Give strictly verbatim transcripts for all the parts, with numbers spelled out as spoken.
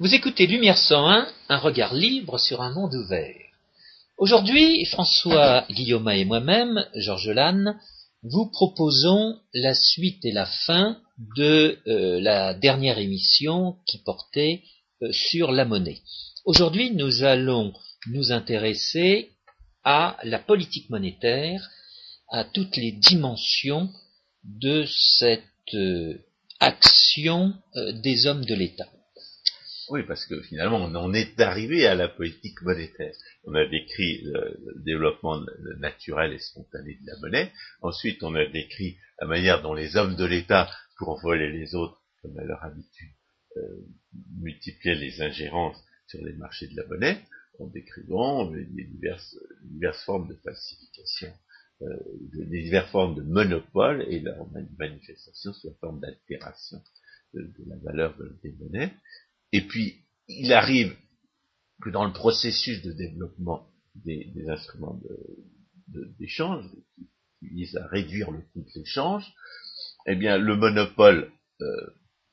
Vous écoutez Lumière cent un, un regard libre sur un monde ouvert. Aujourd'hui, François Guillaume et moi-même, Georges Lannes, vous proposons la suite et la fin de euh, la dernière émission qui portait euh, sur la monnaie. Aujourd'hui, nous allons nous intéresser à la politique monétaire, à toutes les dimensions de cette euh, action euh, des hommes de l'État. Oui, parce que finalement, on en est arrivé à la politique monétaire. On a décrit le, le développement naturel et spontané de la monnaie. Ensuite, on a décrit la manière dont les hommes de l'État, pour voler les autres, comme à leur habitude, euh, multipliaient les ingérences sur les marchés de la monnaie, en décrivant les diverses, diverses formes de falsification, euh, les diverses formes de monopole et leur manifestation sous la forme d'altération de, de la valeur de, des monnaies. Et puis, il arrive que dans le processus de développement des, des instruments de, de, d'échange, qui, qui visent à réduire le coût de l'échange, eh bien, le monopole, euh,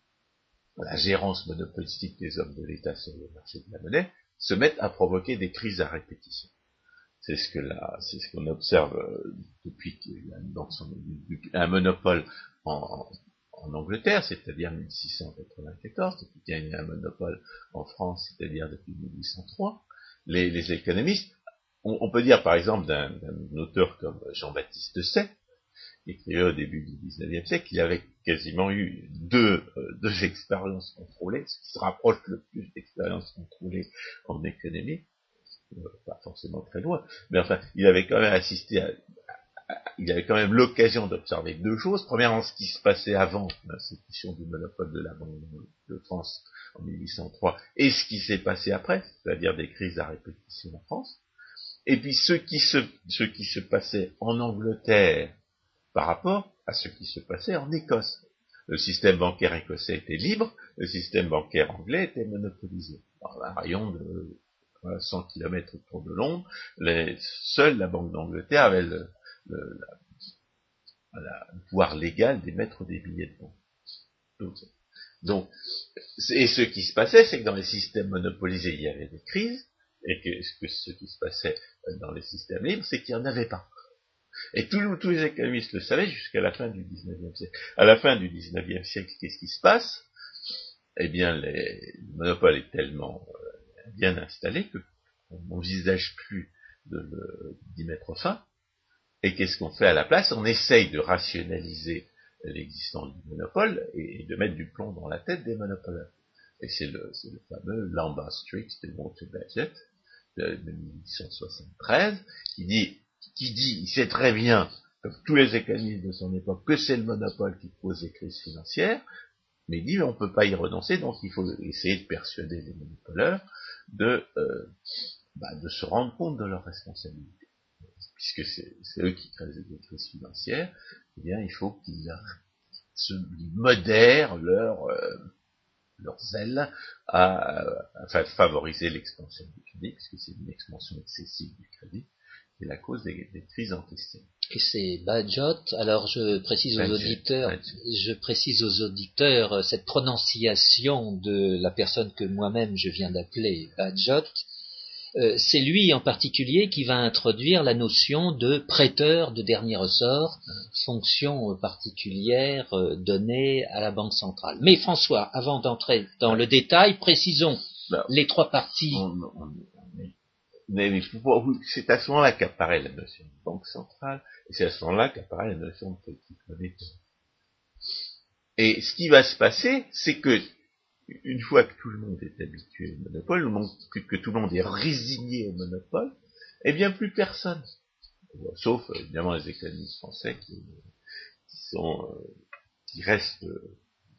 la gérance monopolistique des hommes de l'État sur le marché de la monnaie, se mettent à provoquer des crises à répétition. C'est ce que là, c'est ce qu'on observe euh, depuis qu'il y a dans son, un monopole en, en Angleterre, c'est-à-dire mille six cent quatre-vingt-quatorze, depuis qu'il y a un monopole en France, c'est-à-dire depuis mille huit cent trois, les, les économistes, on, on peut dire par exemple d'un, d'un auteur comme Jean-Baptiste Say, qui écrivait au début du dix-neuvième siècle, qu'il avait quasiment eu deux, euh, deux expériences contrôlées, ce qui se rapproche le plus d'expériences contrôlées en économie, euh, pas forcément très loin, mais enfin, il avait quand même assisté à il avait quand même l'occasion d'observer deux choses. Premièrement, ce qui se passait avant l'institution du monopole de la Banque de France en mille huit cent trois et ce qui s'est passé après, c'est-à-dire des crises à répétition en France. Et puis ce qui se, ce qui se passait en Angleterre par rapport à ce qui se passait en Écosse. Le système bancaire écossais était libre, le système bancaire anglais était monopolisé. Dans un rayon de cent kilomètres autour de Londres, les, seule la Banque d'Angleterre avait le Le, la, la, le pouvoir légal d'émettre des billets de banque. Donc, et ce qui se passait, c'est que dans les systèmes monopolisés, il y avait des crises, et que, que ce qui se passait dans les systèmes libres, c'est qu'il n'y en avait pas. Et tous, tous les économistes le savaient jusqu'à la fin du dix-neuvième siècle. À la fin du dix-neuvième siècle, qu'est-ce qui se passe? Eh bien, les, le monopole est tellement euh, bien installé qu'on n'envisage plus de, de, d'y mettre fin. Et qu'est-ce qu'on fait à la place? On essaye de rationaliser l'existence du monopole et de mettre du plomb dans la tête des monopoleurs. Et c'est le, c'est le fameux Lambert-Strix de Walter Bagehot de, de mille huit cent soixante-treize qui dit, qui dit, il sait très bien, comme tous les économistes de son époque, que c'est le monopole qui cause les crises financières, mais il dit on ne peut pas y renoncer, donc il faut essayer de persuader les monopoleurs de, euh, bah, de se rendre compte de leurs responsabilités. Puisque c'est, c'est eux qui créent les crises financières, eh bien, il faut qu'ils se modèrent leur, euh, leur zèle à, à favoriser l'expansion du crédit, puisque c'est une expansion excessive du crédit, qui est la cause des, des crises en question. Et c'est Bagehot. Alors je précise aux Bagehot, auditeurs, Bagehot. je précise aux auditeurs cette prononciation de la personne que moi-même je viens d'appeler Bagehot. Euh, c'est lui en particulier qui va introduire la notion de prêteur de dernier ressort, fonction particulière euh, donnée à la Banque centrale. Mais François, avant d'entrer dans le détail, précisons ben, les trois parties. On, on, on, mais c'est à ce moment-là qu'apparaît la notion de banque centrale, et c'est à ce moment-là qu'apparaît la notion de politique monétaire. Et ce qui va se passer, c'est que une fois que tout le monde est habitué au monopole, que, que tout le monde est résigné au monopole, eh bien plus personne, sauf évidemment les économistes français qui, qui sont, euh, qui restent euh,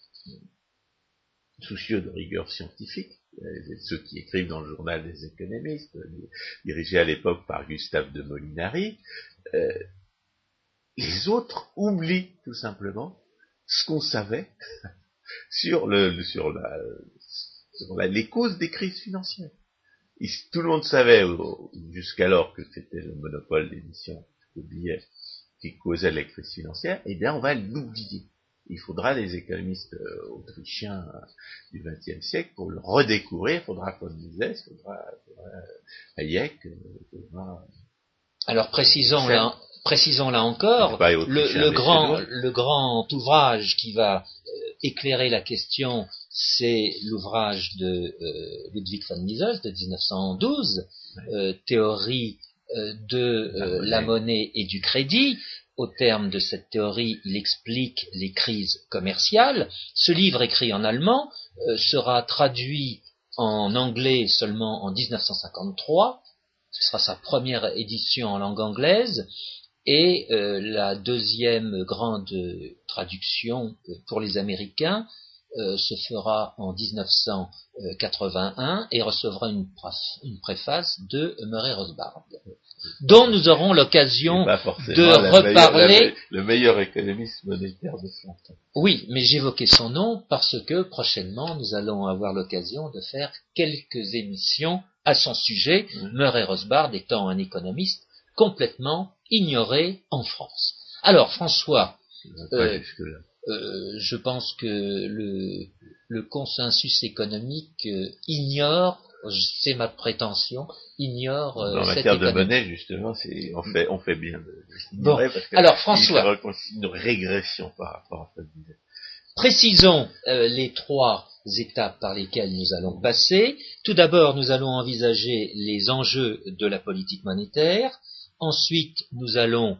soucieux de rigueur scientifique, ceux qui écrivent dans le journal des économistes, dirigé à l'époque par Gustave de Molinari. Euh, les autres oublient tout simplement ce qu'on savait sur le sur la sur la, les causes des crises financières. Et tout le monde savait jusqu'alors que c'était le monopole d'émission de billets qui causait les crises financières, eh bien on va l'oublier. il faudra les économistes euh, autrichiens euh, du vingtième siècle pour le redécouvrir. Il faudra von Mises, il faudra, il faudra Hayek, il faudra... Alors précisons là, précisons là encore, le, le, grand, le grand ouvrage qui va euh, éclairer la question, c'est l'ouvrage de euh, Ludwig von Mises de dix-neuf cent douze, euh, théorie euh, de euh, la monnaie et du crédit. Au terme de cette théorie, il explique les crises commerciales. Ce livre écrit en allemand euh, sera traduit en anglais seulement en dix-neuf cent cinquante-trois. Ce sera sa première édition en langue anglaise, et euh, la deuxième grande traduction pour les Américains euh, se fera en dix-neuf cent quatre-vingt-un et recevra une, une préface de Murray Rothbard, dont nous aurons l'occasion de reparler. Meilleure, le meilleur économiste monétaire de son temps. Oui, mais j'évoquais son nom parce que prochainement nous allons avoir l'occasion de faire quelques émissions à son sujet, mmh. Murray Rothbard étant un économiste complètement ignoré en France. Alors François, euh, euh, je pense que le, le consensus économique euh, ignore, c'est ma prétention, ignore euh, en cette matière économie. de monnaie justement, c'est, on fait on fait bien de, de l'ignorer bon. Parce que alors François, il une régression par rapport à ce que je disais. Précisons euh, les trois étapes par lesquelles nous allons passer. Tout d'abord, nous allons envisager les enjeux de la politique monétaire. Ensuite, nous allons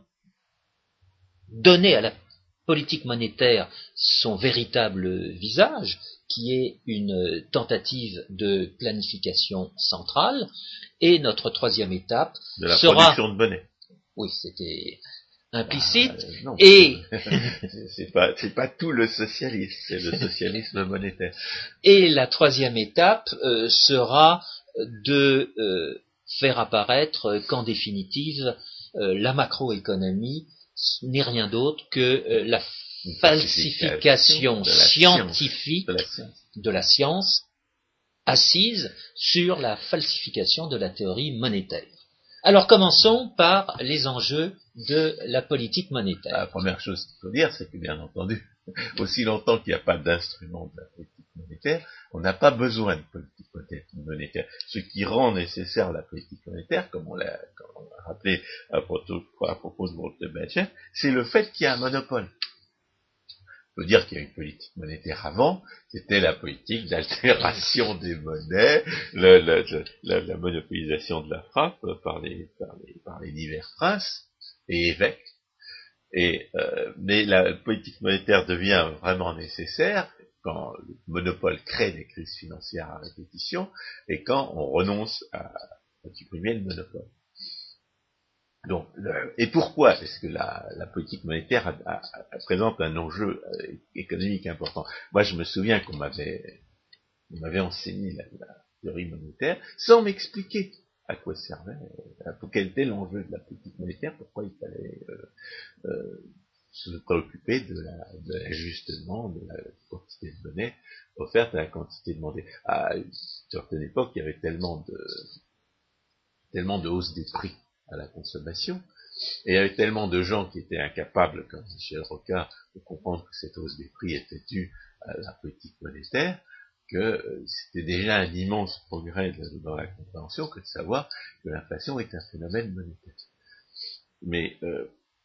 donner à la politique monétaire son véritable visage, qui est une tentative de planification centrale. Et notre troisième étape de la sera... production de monnaie. Oui, c'était implicite. Ah, non, et c'est pas c'est pas tout le socialisme, c'est le socialisme monétaire. Et la troisième étape euh, sera de euh, faire apparaître qu'en définitive euh, la macroéconomie n'est rien d'autre que euh, la falsification de la scientifique de la science. de la science assise sur la falsification de la théorie monétaire. Alors commençons par les enjeux de la politique monétaire. La première chose qu'il faut dire, c'est que bien entendu, aussi longtemps qu'il n'y a pas d'instrument de la politique monétaire, on n'a pas besoin de politique monétaire. Ce qui rend nécessaire la politique monétaire, comme on l'a, comme on l'a rappelé à propos, à propos de Walter Benjamin, c'est le fait qu'il y a un monopole. Il faut dire qu'il y a une politique monétaire avant, c'était la politique d'altération des monnaies, le, le, le, la, la monopolisation de la frappe par les, par les, par les divers princes et évêques. Et, euh, mais la politique monétaire devient vraiment nécessaire quand le monopole crée des crises financières à répétition et quand on renonce à, à supprimer le monopole. Donc, le, et pourquoi est-ce que la, la politique monétaire a, a, a, présente un enjeu euh, économique important? Moi, je me souviens qu'on m'avait, on m'avait enseigné la, la théorie monétaire sans m'expliquer à quoi servait, euh, quel était l'enjeu de la politique monétaire, pourquoi il fallait euh, euh, se préoccuper de, la, de l'ajustement de la quantité de monnaie offerte à la quantité demandée. À une certaine époque, il y avait tellement de, tellement de hausse des prix à la consommation, et il y avait tellement de gens qui étaient incapables, comme Michel Rocard, de comprendre que cette hausse des prix était due à la politique monétaire, que euh, c'était déjà un immense progrès de, dans la compréhension que de savoir que l'inflation est un phénomène monétaire. Mais, euh,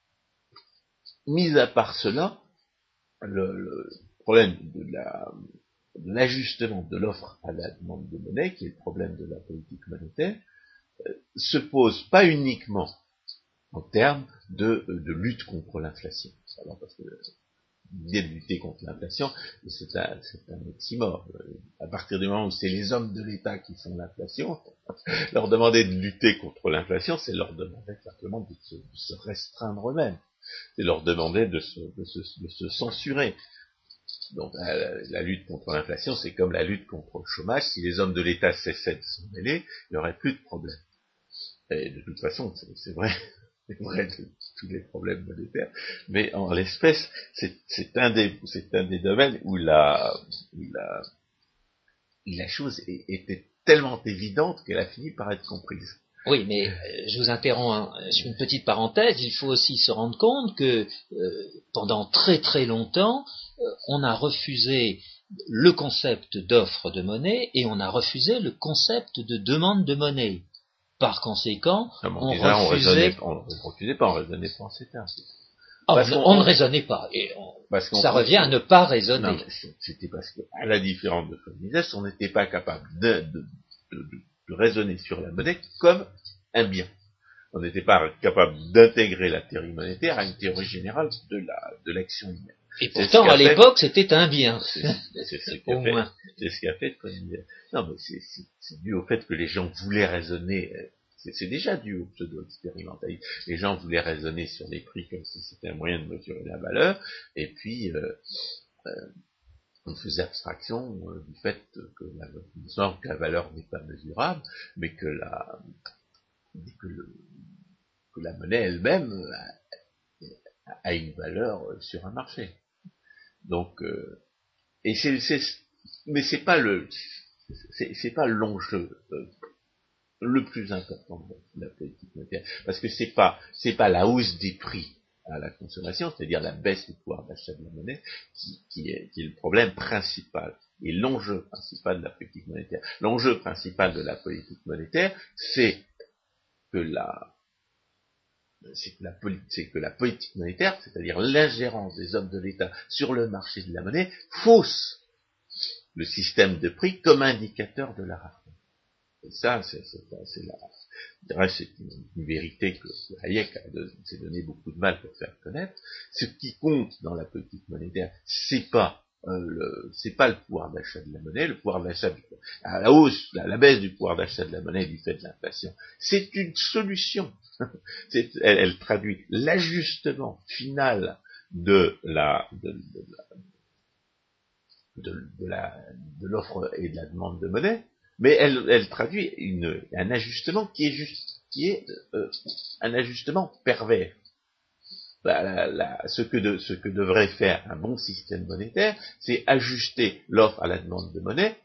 mis à part cela, le, le problème de, la, de l'ajustement de l'offre à la demande de monnaie, qui est le problème de la politique monétaire, se pose pas uniquement en termes de, de lutte contre l'inflation. Alors, parce que l'idée de lutter contre l'inflation, c'est un, c'est un oxymore. À partir du moment où c'est les hommes de l'État qui font l'inflation, leur demander de lutter contre l'inflation, c'est leur demander simplement de se, de se restreindre eux-mêmes. C'est leur demander de se, de se, de se censurer. Donc la, la lutte contre l'inflation, c'est comme la lutte contre le chômage. Si les hommes de l'État cessaient de s'en mêler, il n'y aurait plus de problème. Et de toute façon, c'est, c'est vrai, c'est vrai de tous les problèmes monétaires. Mais en l'espèce, c'est, c'est un des, c'est un des domaines où la, où la, où la chose est, était tellement évidente qu'elle a fini par être comprise. Oui, mais euh, je vous interromps hein, sur une petite parenthèse. Il faut aussi se rendre compte que euh, pendant très très longtemps, on a refusé le concept d'offre de monnaie et on a refusé le concept de demande de monnaie. Par conséquent, ah bon, on déjà, refusait... On ne refusait pas, on raisonnait pas en ces termes. Oh, on, on ne raisonnait pas. Et on, parce ça revient à ne pas raisonner. Non, c'était parce que, à la différence de Frobisher, on n'était pas capable de, de, de, de, de raisonner sur la monnaie comme un bien. On n'était pas capable d'intégrer la théorie monétaire à une théorie générale de la de l'action humaine. Et pourtant, à l'époque, c'était un bien. C'est, c'est ce qu'a fait, c'est ce qu'a fait Frobisher. Non, mais c'est, c'est, c'est dû au fait que les gens voulaient raisonner. C'est, c'est déjà dû au pseudo-expérimentalisme. Les gens voulaient raisonner sur les prix comme si c'était un moyen de mesurer la valeur. Et puis, euh, euh, on faisait abstraction euh, du fait que la, que la valeur n'est pas mesurable, mais que la, que, le, que la monnaie elle-même a, a une valeur sur un marché. Donc, euh, et c'est, c'est, mais c'est pas le, c'est, c'est pas l'enjeu euh, le plus important de la politique monétaire, parce que c'est pas, c'est pas la hausse des prix à la consommation, c'est-à-dire la baisse du pouvoir d'achat de la monnaie, qui, qui, est, qui est le problème principal et l'enjeu principal de la politique monétaire. L'enjeu principal de la politique monétaire, c'est que la, c'est que la, c'est que la politique monétaire, c'est-à-dire l'ingérence des hommes de l'État sur le marché de la monnaie, fausse le système de prix comme indicateur de la rareté. Et ça, c'est, c'est, c'est, la, c'est une, une vérité que Hayek a de, s'est donné beaucoup de mal pour faire connaître. Ce qui compte dans la politique monétaire, c'est pas euh, le, c'est pas le pouvoir d'achat de la monnaie, le pouvoir d'achat, du, à la hausse, la, la baisse du pouvoir d'achat de la monnaie du fait de l'inflation. C'est une solution. c'est, elle, elle traduit l'ajustement final de la, de, de, de, de, la, de l'offre et de la demande de monnaie. Mais elle, elle traduit une, un ajustement qui est juste, qui est euh, un ajustement pervers. La, la, la, ce, que de, ce que devrait faire un bon système monétaire, c'est ajuster l'offre à la demande de monnaie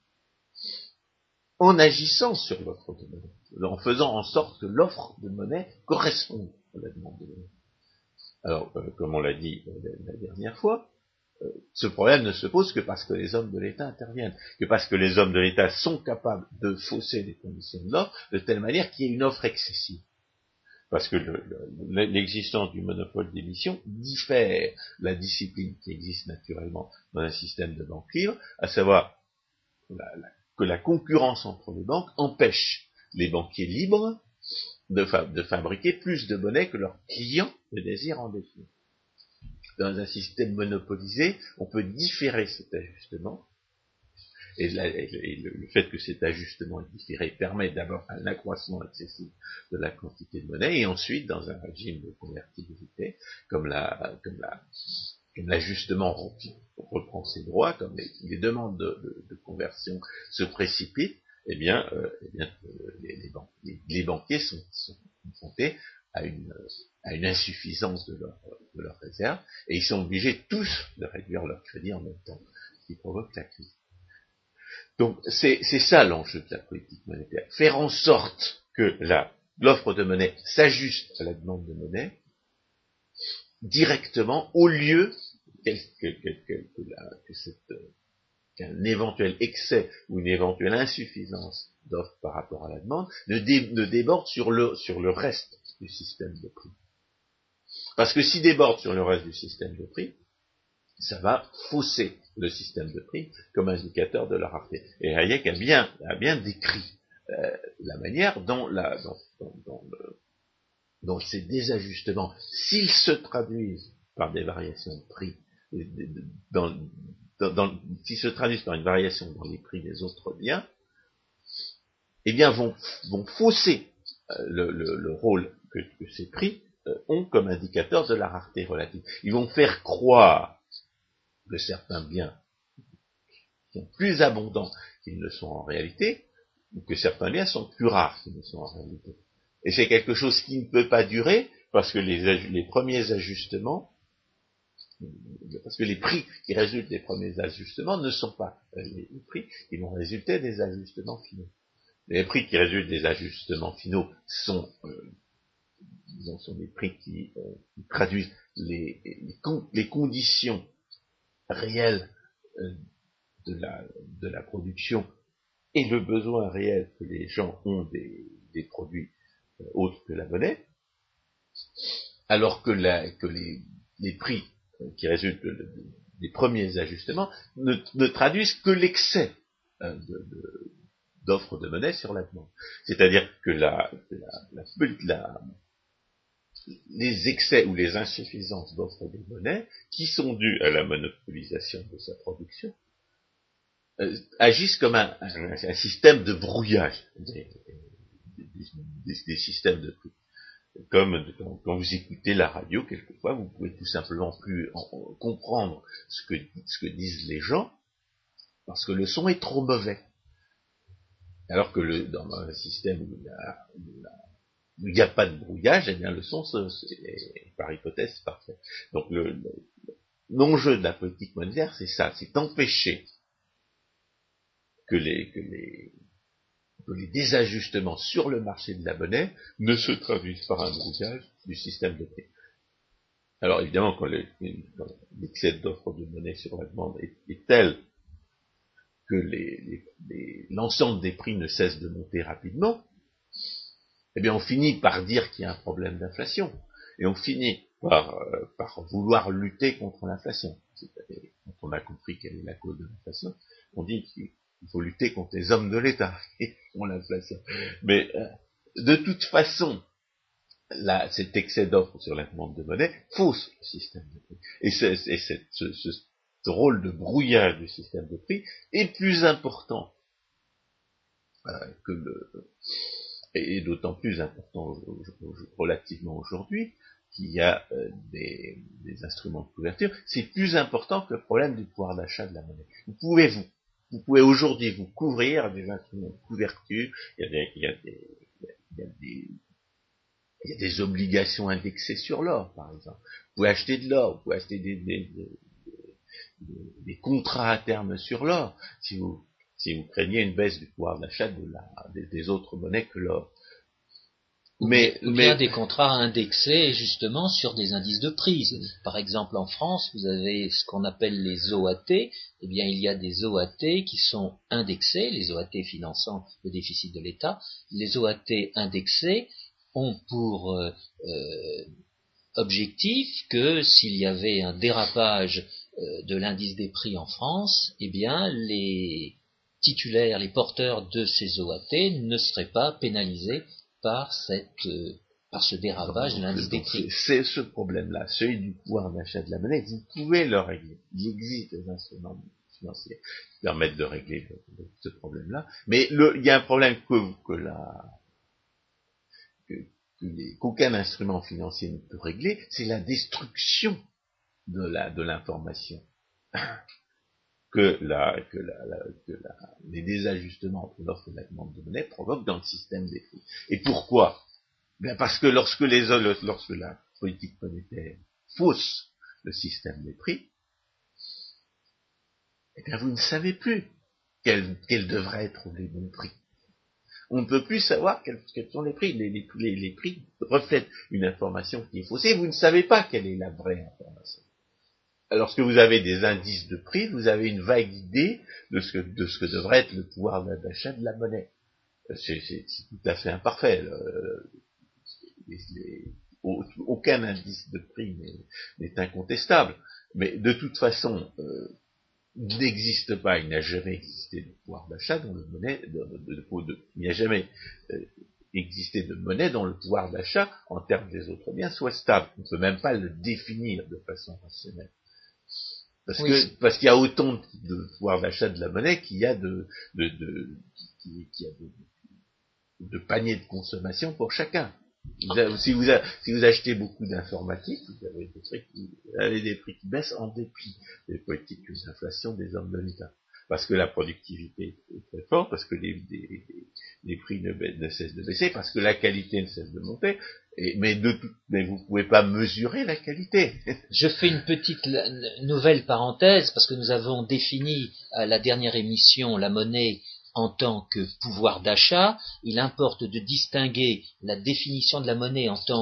en agissant sur l'offre de monnaie, en faisant en sorte que l'offre de monnaie corresponde à la demande de monnaie. Alors, euh, comme on l'a dit euh, la dernière fois, ce problème ne se pose que parce que les hommes de l'État interviennent, que parce que les hommes de l'État sont capables de fausser les conditions de l'offre de telle manière qu'il y ait une offre excessive. Parce que le, le, l'existence du monopole d'émission diffère la discipline qui existe naturellement dans un système de banque libre, à savoir la, la, que la concurrence entre les banques empêche les banquiers libres de, fa- de fabriquer plus de monnaie que leurs clients le désirent en définir. Dans un système monopolisé, on peut différer cet ajustement, et, la, et, le, et le, le fait que cet ajustement est différé permet d'abord un accroissement excessif de la quantité de monnaie, et ensuite, dans un régime de convertibilité, comme, la, comme, la, comme l'ajustement reprend ses droits, comme les, les demandes de, de, de conversion se précipitent, eh bien, euh, eh bien euh, les, les, ban- les, les banquiers sont, sont confrontés à une, à une insuffisance de leur, de leur réserve, et ils sont obligés tous de réduire leur crédit en même temps, ce qui provoque la crise. Donc c'est, c'est ça l'enjeu de la politique monétaire, faire en sorte que la, l'offre de monnaie s'ajuste à la demande de monnaie directement, au lieu que, que, que, que, que, la, que cette, qu'un éventuel excès ou une éventuelle insuffisance d'offre par rapport à la demande ne, dé, ne déborde sur le, sur le reste du système de prix. Parce que s'il déborde sur le reste du système de prix, ça va fausser le système de prix comme indicateur de la rareté. Et Hayek a bien, a bien décrit euh, la manière dont, la, dont, dont, dont, le, dont ces désajustements, s'ils se traduisent par des variations de prix, dans, dans, dans, s'ils se traduisent par une variation dans les prix des autres biens, eh bien vont, vont fausser euh, le, le, le rôle que, que ces prix euh, ont comme indicateur de la rareté relative. Ils vont faire croire que certains biens sont plus abondants qu'ils ne sont en réalité, ou que certains biens sont plus rares qu'ils ne sont en réalité. Et c'est quelque chose qui ne peut pas durer, parce que les, les premiers ajustements, parce que les prix qui résultent des premiers ajustements ne sont pas les, les prix qui vont résulter des ajustements finaux. Les prix qui résultent des ajustements finaux sont, euh, disons, sont des prix qui, euh, qui traduisent les, les, con, les conditions réel euh, de la, de la production et le besoin réel que les gens ont des, des produits euh, autres que la monnaie, alors que, la, que les, les prix euh, qui résultent de, de, des premiers ajustements ne, ne traduisent que l'excès euh, de, de, d'offres de monnaie sur la demande. C'est-à-dire que la, la, la, la, les excès ou les insuffisances d'offres de monnaie, qui sont dues à la monopolisation de sa production, euh, agissent comme un, un, un système de brouillage des, des, des, des systèmes de prix. Comme quand, quand vous écoutez la radio, quelquefois, vous pouvez tout simplement plus en, en comprendre ce que, ce que disent les gens, parce que le son est trop mauvais. Alors que le, dans un système où il n'y a, a pas de brouillage, eh bien le son, c'est, c'est, par hypothèse, c'est parfait. Donc le, le, l'enjeu de la politique monétaire, c'est ça, c'est d'empêcher que les, que les, que les désajustements sur le marché de la monnaie ne se traduisent par un brouillage du système de prix. Alors évidemment, quand, les, quand l'excès d'offres de monnaie sur la demande est, est tel que les, les, les, l'ensemble des prix ne cesse de monter rapidement, eh bien on finit par dire qu'il y a un problème d'inflation, et on finit par, euh, par vouloir lutter contre l'inflation. C'est-à-dire, quand on a compris quelle est la cause de l'inflation, on dit qu'il faut lutter contre les hommes de l'État qui font l'inflation. Mais euh, de toute façon, là, cet excès d'offres sur la demande de monnaie fausse le système de prix. Et, c'est, et c'est, ce, ce, ce rôle de brouillage du système de prix est plus important euh, que le... et d'autant plus important relativement aujourd'hui qu'il y a euh, des, des instruments de couverture, c'est plus important que le problème du pouvoir d'achat de la monnaie. Vous pouvez vous, vous pouvez aujourd'hui vous couvrir des instruments de couverture, il y a des, il y a des, il y a des, il y a des obligations indexées sur l'or, par exemple. Vous pouvez acheter de l'or, vous pouvez acheter des, des, des, des, des contrats à terme sur l'or, si vous si vous craignez une baisse du pouvoir d'achat de la, des, des autres monnaies que l'or. Mais, ou bien mais... des contrats indexés justement sur des indices de prix. Par exemple, en France, vous avez ce qu'on appelle les O A T. Eh bien, il y a des O A T qui sont indexés, les O A T finançant le déficit de l'État. Les O A T indexés ont pour euh, euh, objectif que s'il y avait un dérapage euh, de l'indice des prix en France, eh bien, les titulaires, les porteurs de ces O A T ne seraient pas pénalisés par cette, euh, par ce dérapage de l'indice des prix. C'est ce problème-là, celui du pouvoir d'achat de la monnaie, vous pouvez le régler. Il existe des instruments financiers qui permettent de régler le, le, ce problème-là, mais le, il y a un problème que, que la, que, que les, qu'aucun instrument financier ne peut régler, c'est la destruction de la, de l'information. que, la, que, la, la, que la, les désajustements entre l'offre et la demande de monnaie provoquent dans le système des prix. Et pourquoi? Bien parce que lorsque, les, lorsque la politique monétaire fausse le système des prix, eh bien vous ne savez plus quels, quels devraient être les bons prix. On ne peut plus savoir quels, quels sont les prix. Les, les, les prix reflètent une information qui est faussée. Vous ne savez pas quelle est la vraie information. Lorsque vous avez des indices de prix, vous avez une vague idée de ce que, de ce que devrait être le pouvoir d'achat de la monnaie. C'est, c'est, c'est tout à fait imparfait. Le, les, les, aucun indice de prix n'est, n'est incontestable. Mais de toute façon, euh, il n'existe pas, il n'a jamais existé de pouvoir d'achat dont le monnaie, de, de, de, de, il n'y a jamais euh, existé de monnaie dont le pouvoir d'achat, en termes des autres biens, soit stable. On ne peut même pas le définir de façon rationnelle. Parce oui. que parce qu'il y a autant de, de pouvoir d'achat de la monnaie qu'il y a de, de, de qu'il y a de, de paniers de consommation pour chacun. Vous avez, si, vous a, si vous achetez beaucoup d'informatique, vous avez des prix qui, vous avez des prix qui baissent en dépit des politiques d'inflation des hommes de l'État. Parce que la productivité est très forte, parce que les, les, les prix ne, ne cessent de baisser, parce que la qualité ne cesse de monter. Et, mais, de tout, mais vous ne pouvez pas mesurer la qualité. Je fais une petite nouvelle parenthèse, parce que nous avons défini à la dernière émission la monnaie en tant que pouvoir d'achat. Il importe de distinguer la définition de la monnaie en tant que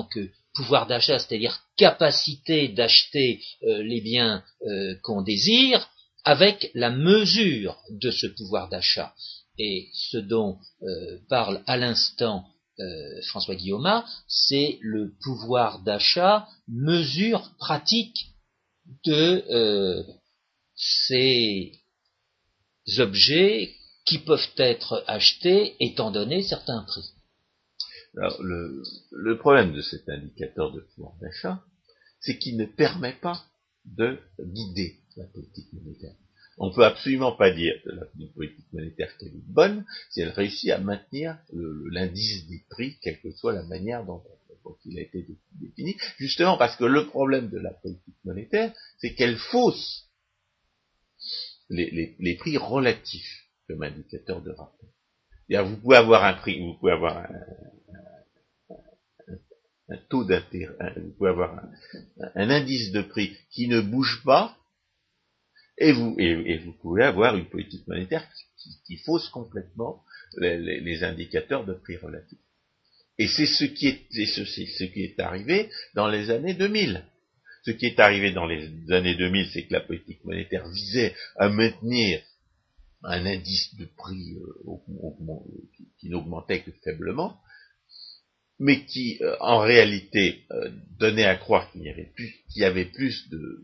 pouvoir d'achat, c'est-à-dire capacité d'acheter euh, les biens euh, qu'on désire, avec la mesure de ce pouvoir d'achat. Et ce dont euh, parle à l'instant euh, François Guillaumat, c'est le pouvoir d'achat, mesure pratique de euh, ces objets qui peuvent être achetés étant donné certains prix. Alors, le, le problème de cet indicateur de pouvoir d'achat, c'est qu'il ne permet pas de guider la politique monétaire. On ne peut absolument pas dire de la politique monétaire qu'elle est bonne si elle réussit à maintenir le, l'indice des prix, quelle que soit la manière dont, dont il a été défini, justement parce que le problème de la politique monétaire, c'est qu'elle fausse les, les, les prix relatifs comme indicateur de rapport. C'est-à-dire, vous pouvez avoir un prix, vous pouvez avoir un, un taux d'intérêt, vous pouvez avoir un, un indice de prix qui ne bouge pas, et vous, et, et vous pouvez avoir une politique monétaire qui, qui fausse complètement les, les, les indicateurs de prix relatifs. Et c'est ce qui est, c'est ce, c'est ce qui est arrivé dans les années deux mille. Ce qui est arrivé dans les années deux mille, c'est que la politique monétaire visait à maintenir un indice de prix euh, qui, qui n'augmentait que faiblement, mais qui, euh, en réalité, euh, donnait à croire qu'il y avait plus, qu'il y avait plus de,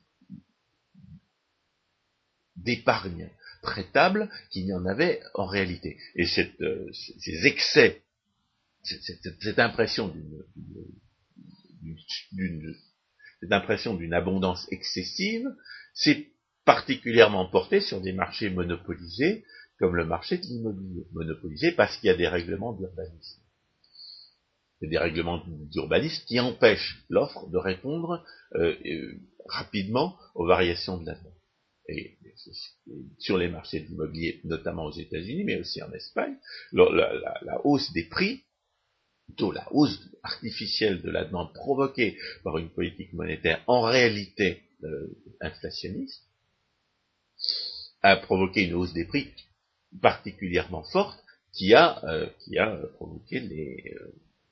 d'épargne traitable qu'il n'y en avait en réalité. Et cette, euh, ces excès, cette, cette, cette impression d'une, d'une, d'une, cette impression d'une abondance excessive, c'est particulièrement porté sur des marchés monopolisés, comme le marché de l'immobilier, monopolisé parce qu'il y a des règlements d'urbanisme. Il y a des règlements d'urbanisme qui empêchent l'offre de répondre euh, euh, rapidement aux variations de la demande. Et, et sur les marchés de l'immobilier, notamment aux États-Unis, mais aussi en Espagne, la, la, la hausse des prix, plutôt la hausse artificielle de la demande provoquée par une politique monétaire en réalité euh, inflationniste, a provoqué une hausse des prix particulièrement forte qui a, euh, qui a provoqué les, euh,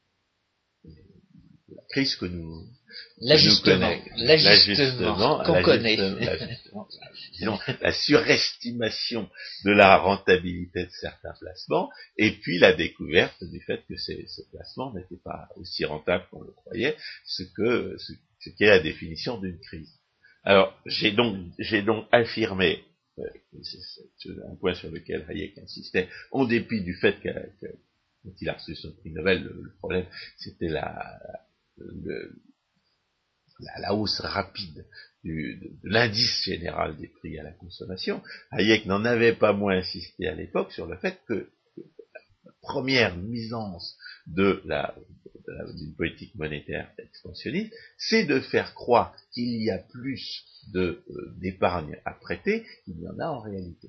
la crise que nous, l'ajustement, que nous connaissons, l'ajustement qu'on connaît, l'ajustement, disons, la surestimation de la rentabilité de certains placements, et puis la découverte du fait que ces, ces placements n'étaient pas aussi rentables qu'on le croyait, ce que ce, ce qu'est la définition d'une crise. Alors, j'ai donc, j'ai donc affirmé, euh, c'est un point sur lequel Hayek insistait, en dépit du fait que, que quand il a reçu son prix Nobel, le, le problème, c'était la, le, la, la hausse rapide du, de, de l'indice général des prix à la consommation. Hayek n'en avait pas moins insisté à l'époque sur le fait que, que la première nuisance de la, de la, d'une politique monétaire expansionniste, c'est de faire croire qu'il y a plus de, euh, d'épargne à prêter qu'il y en a en réalité.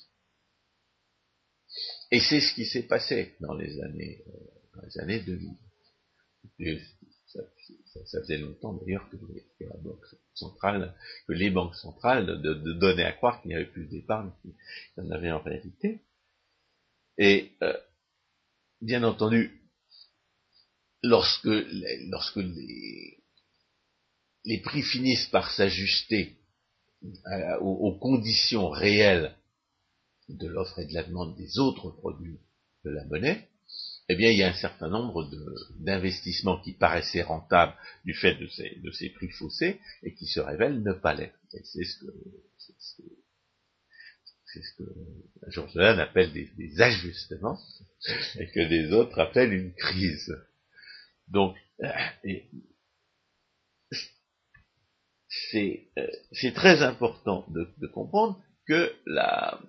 Et c'est ce qui s'est passé dans les années, euh, dans les années deux mille. Et ça, ça, ça faisait longtemps d'ailleurs que, que la banque centrale, que les banques centrales de, de donnaient à croire qu'il y avait plus d'épargne qu'il y en avait en réalité. Et euh, bien entendu, lorsque, les, lorsque les, les prix finissent par s'ajuster à, aux, aux conditions réelles de l'offre et de la demande des autres produits de la monnaie, eh bien, il y a un certain nombre de, d'investissements qui paraissaient rentables du fait de ces, de ces prix faussés et qui se révèlent ne pas l'être. Et c'est ce que, c'est ce que, c'est ce que Georges Delanne appelle des, des ajustements et que les autres appellent une crise. Donc, et, c'est, c'est très important de, de comprendre que la,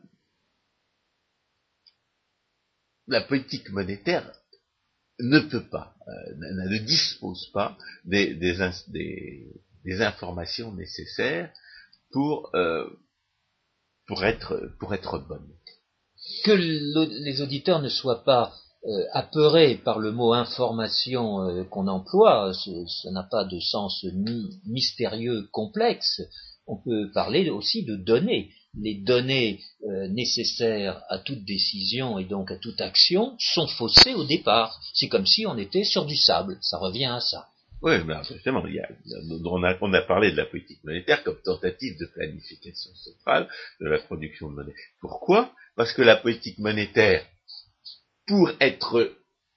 la politique monétaire ne peut pas, euh, ne dispose pas des, des, des, des informations nécessaires pour, euh, pour, être, pour être bonne. Que le, les auditeurs ne soient pas euh, apeurés par le mot information euh, qu'on emploie, ça n'a pas de sens mi- mystérieux, complexe. On peut parler aussi de données. Les données euh, nécessaires à toute décision et donc à toute action sont faussées au départ. C'est comme si on était sur du sable, ça revient à ça. Oui, mais justement, il y a, on, a, on a parlé de la politique monétaire comme tentative de planification centrale de la production de monnaie. Pourquoi? Parce que la politique monétaire, pour être,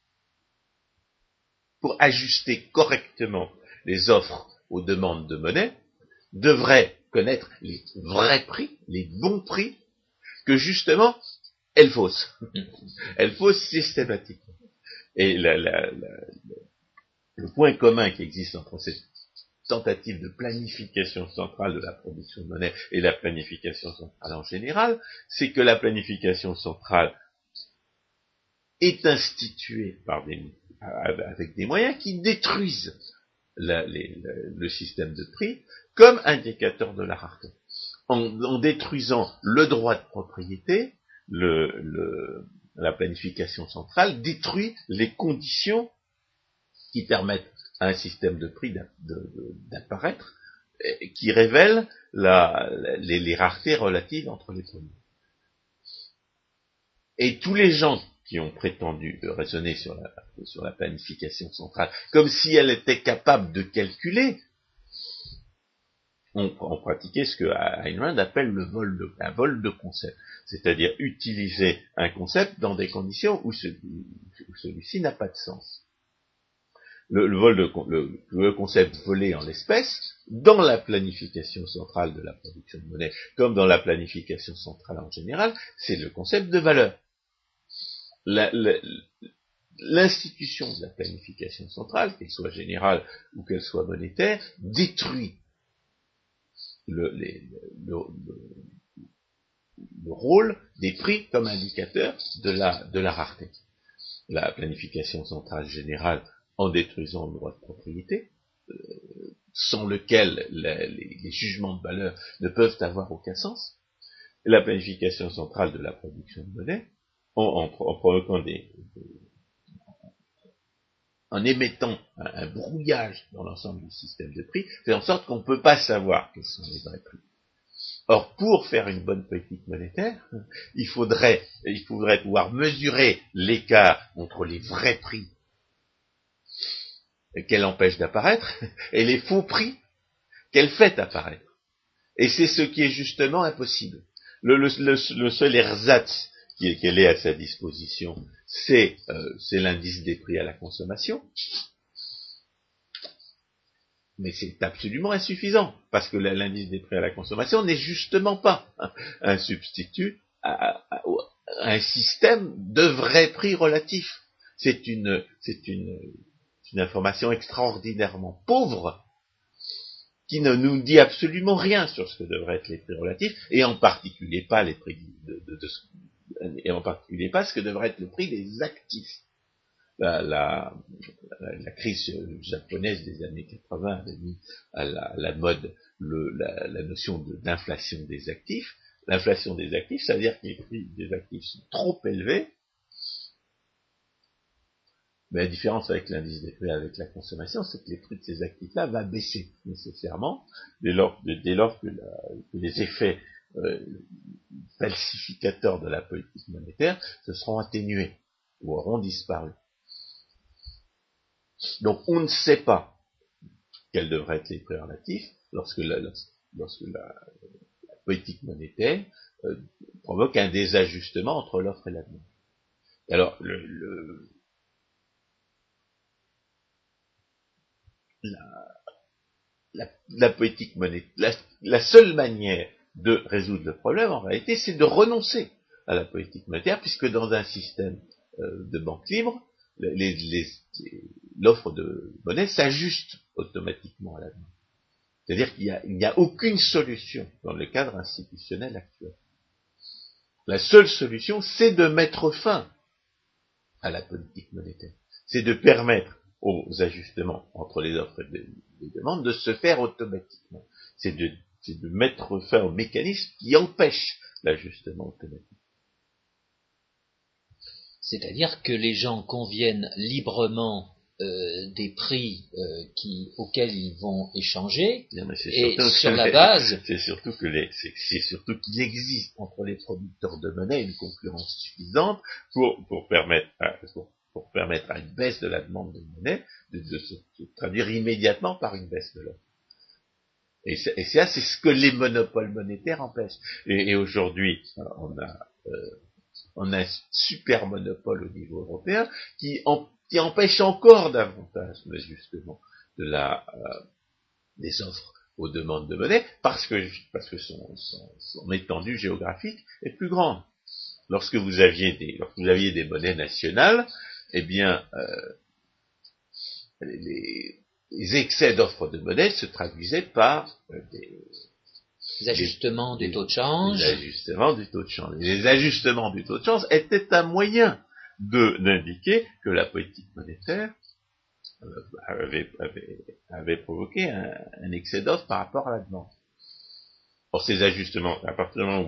pour ajuster correctement les offres aux demandes de monnaie, devrait connaître les vrais prix, les bons prix, que justement, elle fausse. Elle fausse systématiquement. Et la, la, la, le point commun qui existe entre cette tentative de planification centrale de la production de monnaie et la planification centrale en général, c'est que la planification centrale est instituée par des, avec des moyens qui détruisent la, les, la, le système de prix comme indicateur de la rareté. En, en détruisant le droit de propriété, le, le, la planification centrale détruit les conditions qui permettent à un système de prix d'apparaître, qui révèle la, les, les raretés relatives entre les produits. Et tous les gens qui ont prétendu raisonner sur la, sur la planification centrale, comme si elle était capable de calculer, ont, ont pratiqué ce que Ayn Rand appelle le vol de, un vol de concept, c'est-à-dire utiliser un concept dans des conditions où, ce, où celui-ci n'a pas de sens. Le, le, vol de, le, le concept volé en l'espèce, dans la planification centrale de la production de monnaie, comme dans la planification centrale en général, c'est le concept de valeur. La, la, l'institution de la planification centrale, qu'elle soit générale ou qu'elle soit monétaire, détruit le, les, le, le, le rôle des prix comme indicateur de la, de la rareté. La planification centrale générale, en détruisant le droit de propriété, euh, sans lequel la, les, les jugements de valeur ne peuvent avoir aucun sens, et la planification centrale de la production de monnaie, en, en, en provoquant des, des en émettant un, un brouillage dans l'ensemble du système de prix, fait en sorte qu'on ne peut pas savoir quels sont les vrais prix. Or, pour faire une bonne politique monétaire, il faudrait, il faudrait pouvoir mesurer l'écart entre les vrais prix qu'elle empêche d'apparaître et les faux prix qu'elle fait apparaître. Et c'est ce qui est justement impossible. Le, le, le, le seul ersatz qu'elle ait à sa disposition, c'est euh, l'indice des prix à la consommation. Mais c'est absolument insuffisant, parce que l'indice des prix à la consommation n'est justement pas un, un substitut à, à, à un système de vrais prix relatifs. C'est une, c'est une, une information extraordinairement pauvre, qui ne nous dit absolument rien sur ce que devraient être les prix relatifs, et en particulier pas les prix de, de, de, de et en particulier pas ce que devrait être le prix des actifs. La, la, la, la crise japonaise des années quatre-vingts avait mis à la, à la mode le, la, la notion d'inflation de, des actifs. L'inflation des actifs, ça veut dire que les prix des actifs sont trop élevés, mais la différence avec l'indice des prix avec la consommation, c'est que les prix de ces actifs-là vont baisser nécessairement dès lors, dès lors que, la, que les effets euh, falsificateurs de la politique monétaire se seront atténués ou auront disparu. Donc on ne sait pas quels devraient être les prix relatifs lorsque la, lorsque la, la politique monétaire euh, provoque un désajustement entre l'offre et la demande. Alors le, le La, la, la politique monétaire, la, la seule manière de résoudre le problème, en réalité, c'est de renoncer à la politique monétaire, puisque dans un système euh, de banque libre, l'offre de monnaie s'ajuste automatiquement à la demande. C'est-à-dire qu'il n'y a, a aucune solution dans le cadre institutionnel actuel. La seule solution, c'est de mettre fin à la politique monétaire. C'est de permettre aux ajustements entre les offres et les demandes de se faire automatiquement. C'est de, de mettre fin au mécanisme qui empêche l'ajustement automatique. C'est-à-dire que les gens conviennent librement euh, des prix euh, qui, auxquels ils vont échanger, non, et sur la les, base... C'est surtout que les, c'est surtout qu'il existe entre les producteurs de monnaie une concurrence suffisante pour, pour permettre... À, pour, pour permettre à une baisse de la demande de monnaie de, de se de traduire immédiatement par une baisse de l'offre. Et, et ça, c'est ce que les monopoles monétaires empêchent. Et, et aujourd'hui, on a, euh, on a un super monopole au niveau européen qui, en, qui empêche encore davantage l'ajustement de la, euh, des offres aux demandes de monnaie parce que, parce que son, son, son étendue géographique est plus grande. Lorsque vous aviez des, lorsque vous aviez des monnaies nationales, eh bien, euh, les, les excès d'offres de monnaie se traduisaient par euh, des, les ajustements des, du taux de change. Les ajustements du taux de change. Les ajustements du taux de change étaient un moyen de d'indiquer que la politique monétaire euh, avait, avait, avait provoqué un, un excès d'offres par rapport à la demande. Or, ces ajustements, à partir du moment où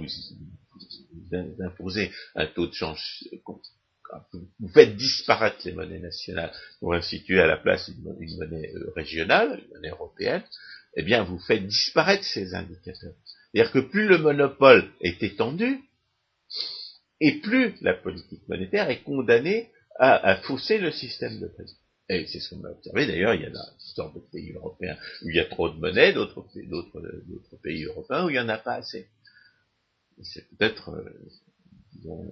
vous imposez un taux de change, vous faites disparaître les monnaies nationales pour instituer à la place une, une monnaie régionale, une monnaie européenne, eh bien, vous faites disparaître ces indicateurs. C'est-à-dire que plus le monopole est étendu, et plus la politique monétaire est condamnée à, à fausser le système de prix. Et c'est ce qu'on a observé, d'ailleurs, il y a une sorte de pays européens où il y a trop de monnaie, d'autres, d'autres, d'autres pays européens où il n'y en a pas assez. Et c'est peut-être euh, disons,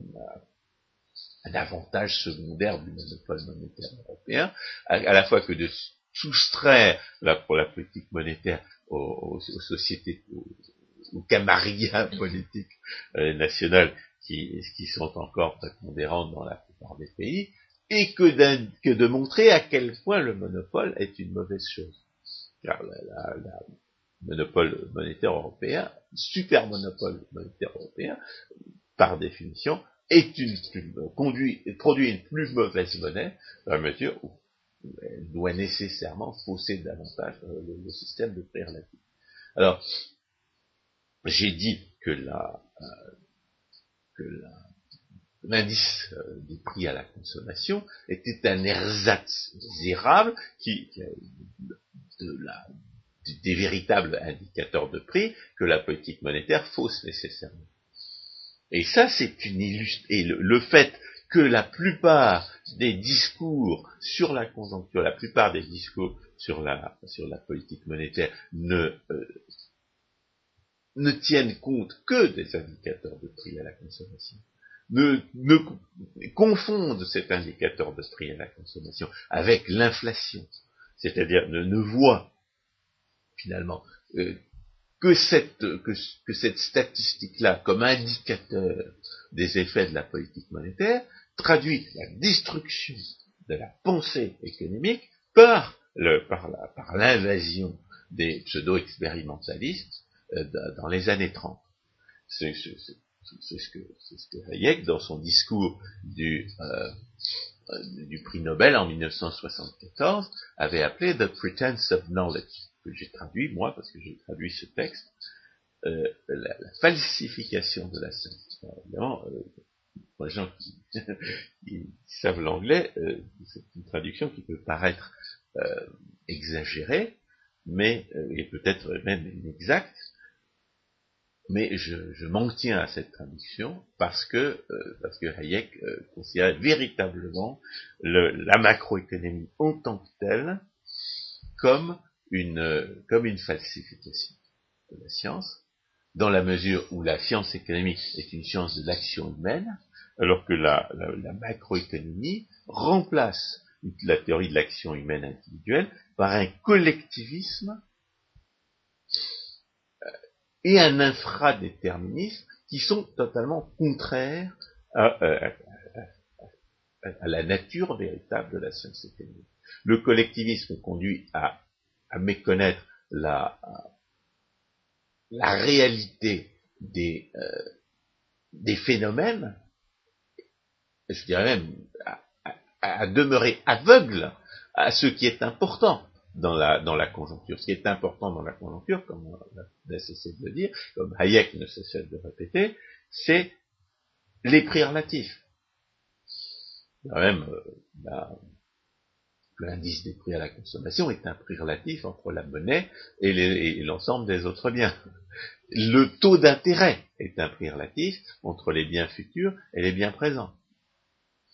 un avantage secondaire du monopole monétaire européen, à, à la fois que de soustraire la, pour la politique monétaire aux, aux, aux sociétés, aux, aux camarilla politiques euh, nationales qui, qui sont encore prépondérantes dans la plupart des pays, et que, que de montrer à quel point le monopole est une mauvaise chose. Car la, la, la monopole monétaire européen, super monopole monétaire européen, par définition, est une, une conduit, produit une plus mauvaise monnaie, dans la mesure où elle doit nécessairement fausser davantage euh, le, le système de prix relatif. Alors, j'ai dit que la, euh, que la, l'indice euh, des prix à la consommation était un ersatz misérable qui, qui de la, des véritables indicateurs de prix que la politique monétaire fausse nécessairement. Et ça, c'est une illustration. Et le, le fait que la plupart des discours sur la conjoncture, la plupart des discours sur la, sur la politique monétaire ne, euh, ne tiennent compte que des indicateurs de prix à la consommation, ne, ne confondent cet indicateur de prix à la consommation avec l'inflation, c'est-à-dire ne, ne voient finalement euh, que cette, que, que cette statistique-là, comme indicateur des effets de la politique monétaire, traduit la destruction de la pensée économique par, le, par, la, par l'invasion des pseudo-expérimentalistes euh, dans les années trente. C'est, c'est, c'est, c'est, ce que, c'est ce que Hayek, dans son discours du, euh, du prix Nobel en dix-neuf cent soixante-quatorze, avait appelé « The Pretense of Knowledge », que j'ai traduit, moi, parce que j'ai traduit ce texte, euh, la, la falsification de la science. Alors, évidemment, euh, pour les gens qui, qui savent l'anglais, euh, c'est une traduction qui peut paraître euh, exagérée, mais euh, et peut-être même inexacte, mais je, je m'en tiens à cette traduction parce que euh, parce que Hayek euh, considère véritablement le, la macroéconomie en tant que telle comme une comme une falsification de la science, dans la mesure où la science économique est une science de l'action humaine, alors que la, la, la macroéconomie remplace la théorie de l'action humaine individuelle par un collectivisme et un infradéterminisme qui sont totalement contraires à, à, à, à la nature véritable de la science économique. Le collectivisme conduit à, à méconnaître la, la réalité des, euh, des phénomènes, je dirais même à, à, à demeurer aveugle à ce qui est important dans la, dans la conjoncture. Ce qui est important dans la conjoncture, comme on a cessé de le dire, comme Hayek ne cessait de répéter, c'est les prix relatifs. Même euh, la, l'indice des prix à la consommation est un prix relatif entre la monnaie et, les, et l'ensemble des autres biens. Le taux d'intérêt est un prix relatif entre les biens futurs et les biens présents.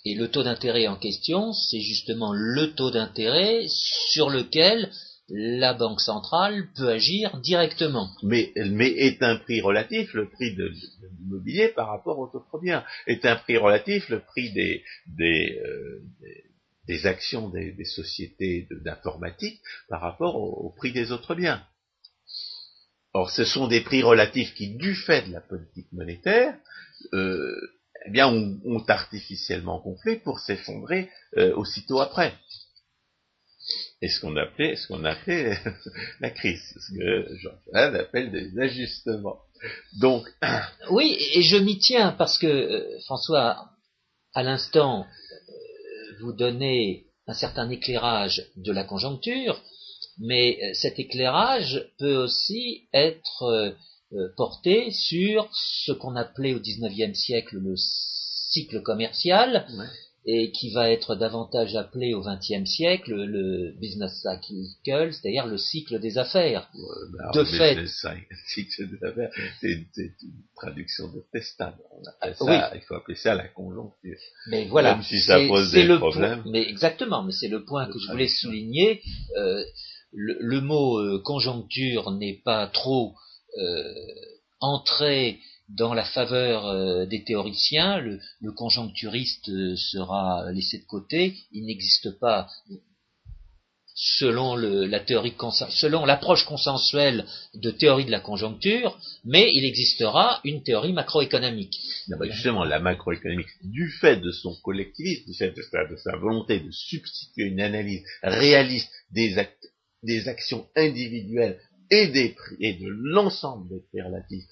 Et le taux d'intérêt en question, c'est justement le taux d'intérêt sur lequel la Banque centrale peut agir directement. Mais, mais est un prix relatif, le prix de, de l'immobilier par rapport aux autres biens. Est un prix relatif, le prix des, des, euh, des, des actions des, des sociétés de, d'informatique par rapport au, au prix des autres biens. Or, ce sont des prix relatifs qui, du fait de la politique monétaire, euh, eh bien, ont, ont artificiellement gonflé pour s'effondrer euh, aussitôt après. Et ce qu'on appelait, ce qu'on appelait la crise, ce que Jean-Claude appelle des ajustements. Donc, oui, et je m'y tiens parce que euh, François, à l'instant, euh, vous donnez un certain éclairage de la conjoncture, mais euh, cet éclairage peut aussi être euh, porté sur ce qu'on appelait au dix-neuvième siècle le cycle commercial. Ouais. Et qui va être davantage appelé au vingtième siècle le business cycle, c'est-à-dire le cycle des affaires. Ouais, bah de fait, le cycle des affaires, c'est une, c'est une traduction de Testament. On appelle ça, oui. il faut appeler ça la conjoncture. Mais voilà, même si ça c'est, pose c'est des le problèmes. point, mais exactement, mais c'est le point que je voulais souligner. Euh, le, le mot euh, conjoncture n'est pas trop euh, entré dans la faveur euh, des théoriciens. Le, le conjoncturiste euh, sera laissé de côté. Il n'existe pas, selon le, la théorie selon l'approche consensuelle de théorie de la conjoncture, mais il existera une théorie macroéconomique. Non, bah justement, la macroéconomique, du fait de son collectivisme, du fait de sa, de sa volonté de substituer une analyse réaliste des, act, des actions individuelles et des prix, et de l'ensemble des prix relatifs,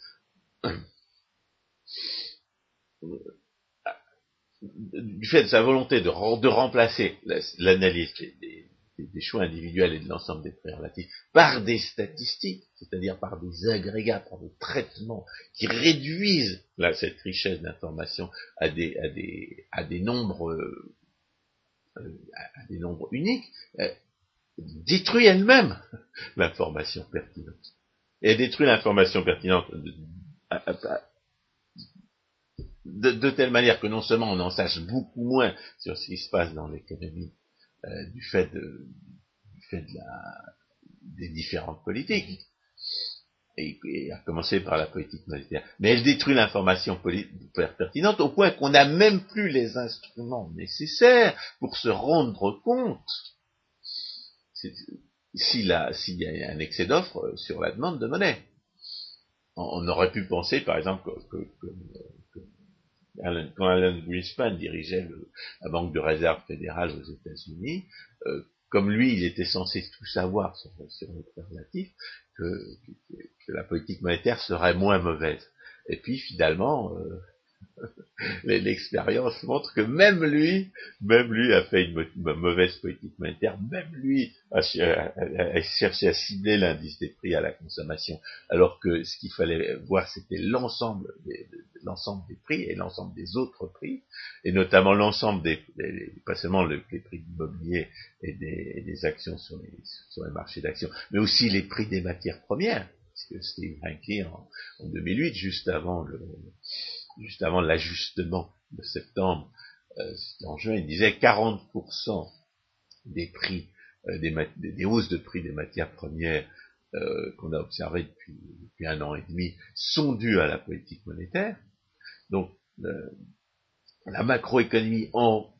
du fait de sa volonté de, de remplacer l'analyse des, des, des choix individuels et de l'ensemble des prix relatifs par des statistiques, c'est-à-dire par des agrégats, par des traitements qui réduisent là, cette richesse d'informations à des, à des, à des nombres, euh, à des nombres uniques, euh, détruit elle-même l'information pertinente. Et elle détruit l'information pertinente de, à, à, De, de telle manière que non seulement on en sache beaucoup moins sur ce qui se passe dans l'économie euh, du fait de, du fait de la, des différentes politiques, et, et à commencer par la politique monétaire, mais elle détruit l'information pertinente au point qu'on n'a même plus les instruments nécessaires pour se rendre compte s'il y a un excès d'offres sur la demande de monnaie. On, on aurait pu penser, par exemple, que, que, que, que quand Alan Greenspan dirigeait le, la Banque de réserve fédérale aux États-Unis, euh, comme lui, il était censé tout savoir sur, sur le prix relatif, que, que, que la politique monétaire serait moins mauvaise. Et puis finalement, euh, l'expérience montre que même lui, même lui a fait une, une mauvaise politique monétaire, même lui a, a, a cherché à cibler l'indice des prix à la consommation, alors que ce qu'il fallait voir, c'était l'ensemble des, l'ensemble des prix et l'ensemble des autres prix, et notamment l'ensemble des, des pas seulement le, les prix d'immobilier et des, et des actions sur les, sur les marchés d'actions, mais aussi les prix des matières premières, puisque Steve Hanke en, en deux mille huit, juste avant le juste avant l'ajustement de septembre, euh, en juin, il disait quarante pour cent des prix, euh, des, des hausses de prix des matières premières euh, qu'on a observées depuis, depuis un an et demi sont dues à la politique monétaire. Donc, euh, la macroéconomie, en,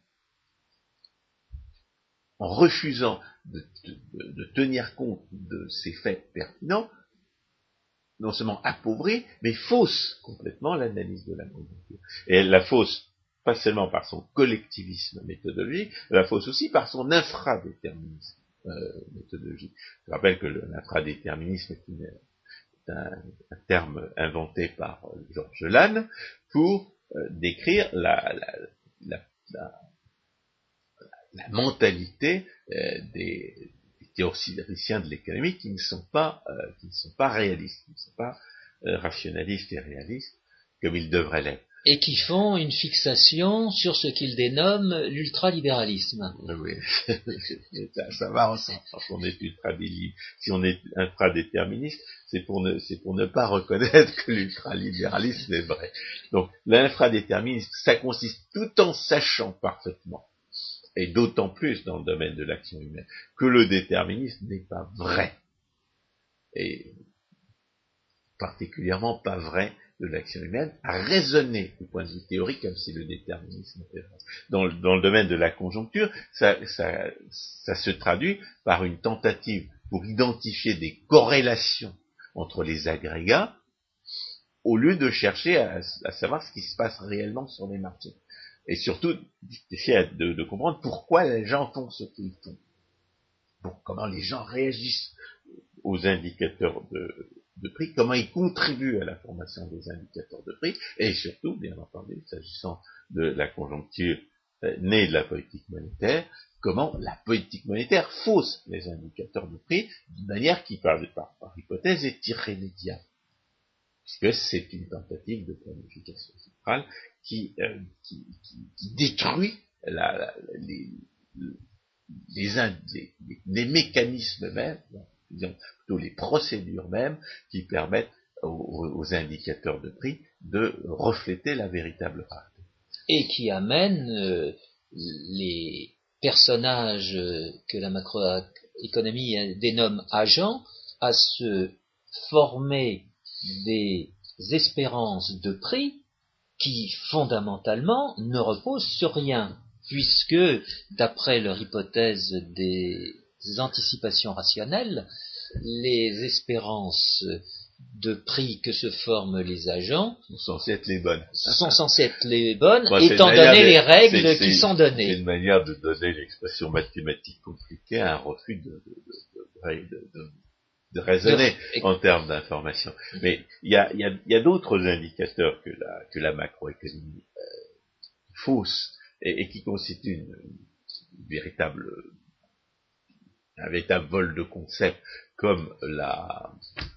en refusant de, de, de tenir compte de ces faits pertinents, non seulement appauvrit, mais fausse complètement l'analyse de la conjoncture. Et elle la fausse pas seulement par son collectivisme méthodologique, elle la fausse aussi par son infradéterminisme euh, méthodologique. Je rappelle que l'infradéterminisme est, une, est un, un terme inventé par Georges Lannes pour euh, décrire la, la, la, la, la mentalité euh, des théoriciens de l'économie qui ne sont pas euh, qui ne sont pas réalistes, qui ne sont pas euh, rationalistes et réalistes comme ils devraient l'être. Et qui font une fixation sur ce qu'ils dénomment l'ultralibéralisme. Oui, ça, ça va ensemble. Quand on est ultralibéraliste, si on est infradéterministe, c'est pour ne, c'est pour ne pas reconnaître que l'ultralibéralisme est vrai. Donc, l'infradéterminisme, ça consiste tout en sachant parfaitement, et d'autant plus dans le domaine de l'action humaine, que le déterminisme n'est pas vrai. Et particulièrement pas vrai de l'action humaine, à raisonner du point de vue théorique comme si le déterminisme était vrai. Dans le, dans le domaine de la conjoncture, ça, ça, ça se traduit par une tentative pour identifier des corrélations entre les agrégats, au lieu de chercher à, à savoir ce qui se passe réellement sur les marchés. Et surtout, d'essayer de, de comprendre pourquoi les gens font ce qu'ils font. Bon, comment les gens réagissent aux indicateurs de de prix, comment ils contribuent à la formation des indicateurs de prix, et surtout, bien entendu, s'agissant de la conjoncture euh, née de la politique monétaire, comment la politique monétaire fausse les indicateurs de prix d'une manière qui, par, par, par hypothèse, est irrémédiable, puisque c'est une tentative de planification centrale qui, euh, qui, qui, qui détruit la, la, les, les, les, les, les mécanismes mêmes, disons, plutôt les procédures mêmes qui permettent aux, aux indicateurs de prix de refléter la véritable rareté. Et qui amènent euh, les personnages que la macroéconomie dénomme agents à se former des espérances de prix qui fondamentalement ne reposent sur rien, puisque d'après leur hypothèse des anticipations rationnelles, les espérances de prix que se forment les agents sont censées être les bonnes. Sont censées être les bonnes, bon, étant donné de, les règles c'est, qui c'est, sont données. C'est une manière de donner l'expression mathématique compliquée à un refus de, de, de, de, de, de raisonner de, en termes d'information. Mais il y a, y a, y a d'autres indicateurs que la, que la macroéconomie euh, fausse et, et qui constituent une, une véritable un véritable vol de concept comme la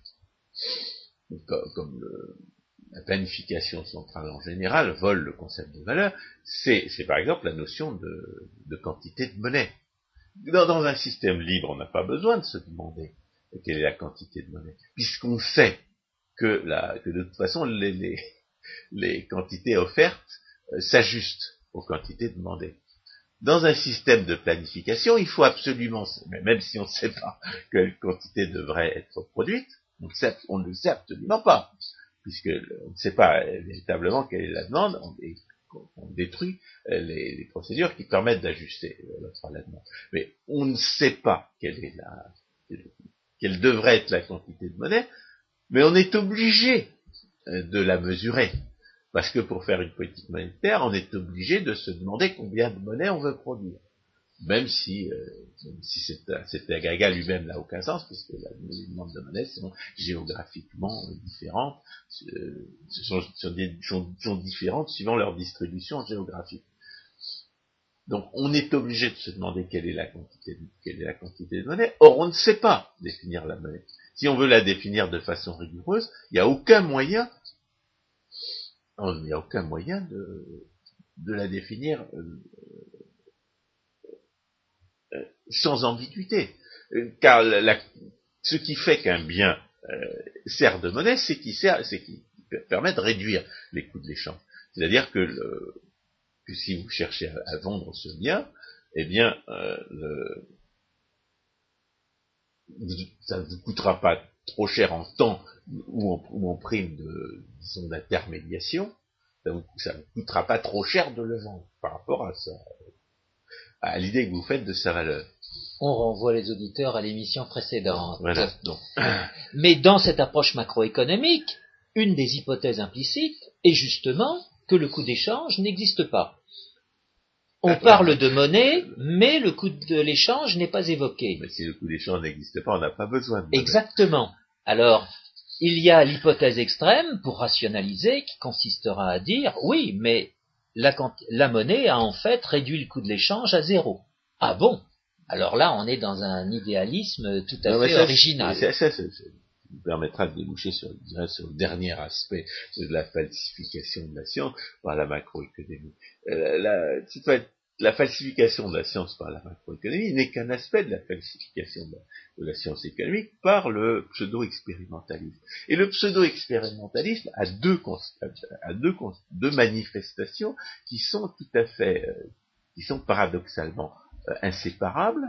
comme, comme le, la planification centrale en général vole le concept de valeur, c'est, c'est par exemple la notion de, de quantité de monnaie. Dans, dans un système libre, on n'a pas besoin de se demander quelle est la quantité de monnaie, puisqu'on sait que, la, que de toute façon les, les, les quantités offertes euh, s'ajustent aux quantités demandées. Dans un système de planification, il faut absolument, même si on ne sait pas quelle quantité devrait être produite, on, sait, on ne le sait absolument pas, puisque on ne sait pas véritablement quelle est la demande, on, et on détruit les, les procédures qui permettent d'ajuster l'offre à la demande. Mais on ne sait pas quelle est la, quelle devrait être la quantité de monnaie, mais on est obligé de la mesurer. Parce que pour faire une politique monétaire, on est obligé de se demander combien de monnaie on veut produire. Même si, euh, même si cet, cet agrégat lui-même n'a aucun sens, puisque la, les demandes de monnaie sont géographiquement différentes, euh, sont, sont, sont, sont différentes suivant leur distribution géographique. Donc on est obligé de se demander quelle est la quantité de, quelle est la quantité de monnaie. Or on ne sait pas définir la monnaie. Si on veut la définir de façon rigoureuse, il n'y a aucun moyen il n'y a aucun moyen de, de la définir euh, euh, sans ambiguïté. Euh, car la, la, ce qui fait qu'un bien euh, sert de monnaie, c'est qu'il sert, c'est qu'il permet de réduire les coûts de l'échange. C'est-à-dire que, le, que si vous cherchez à, à vendre ce bien, eh bien, euh, le, ça ne vous coûtera pas trop cher en temps ou en, ou en prime de, disons, d'intermédiation. Ça ne vous coûtera pas trop cher de le vendre par rapport à, ça, à l'idée que vous faites de sa valeur. On renvoie les auditeurs à l'émission précédente. Voilà, donc. Mais dans cette approche macroéconomique, une des hypothèses implicites est justement que le coût d'échange n'existe pas. On parle de monnaie, mais le coût de l'échange n'est pas évoqué. Mais si le coût d'échange n'existe pas, on n'a pas besoin de monnaie. Exactement. Alors, il y a l'hypothèse extrême, pour rationaliser, qui consistera à dire, oui, mais la, la monnaie a en fait réduit le coût de l'échange à zéro. Ah bon? Alors là, on est dans un idéalisme tout à non, fait ça, original. C'est, c'est, c'est, c'est permettra de déboucher sur, je dirais, sur le dernier aspect de la falsification de la science par la macroéconomie. Euh, la, la, la falsification de la science par la macroéconomie n'est qu'un aspect de la falsification de la, de la science économique par le pseudo-expérimentalisme. Et le pseudo-expérimentalisme a deux, a deux, deux manifestations qui sont tout à fait, euh, qui sont paradoxalement euh, inséparables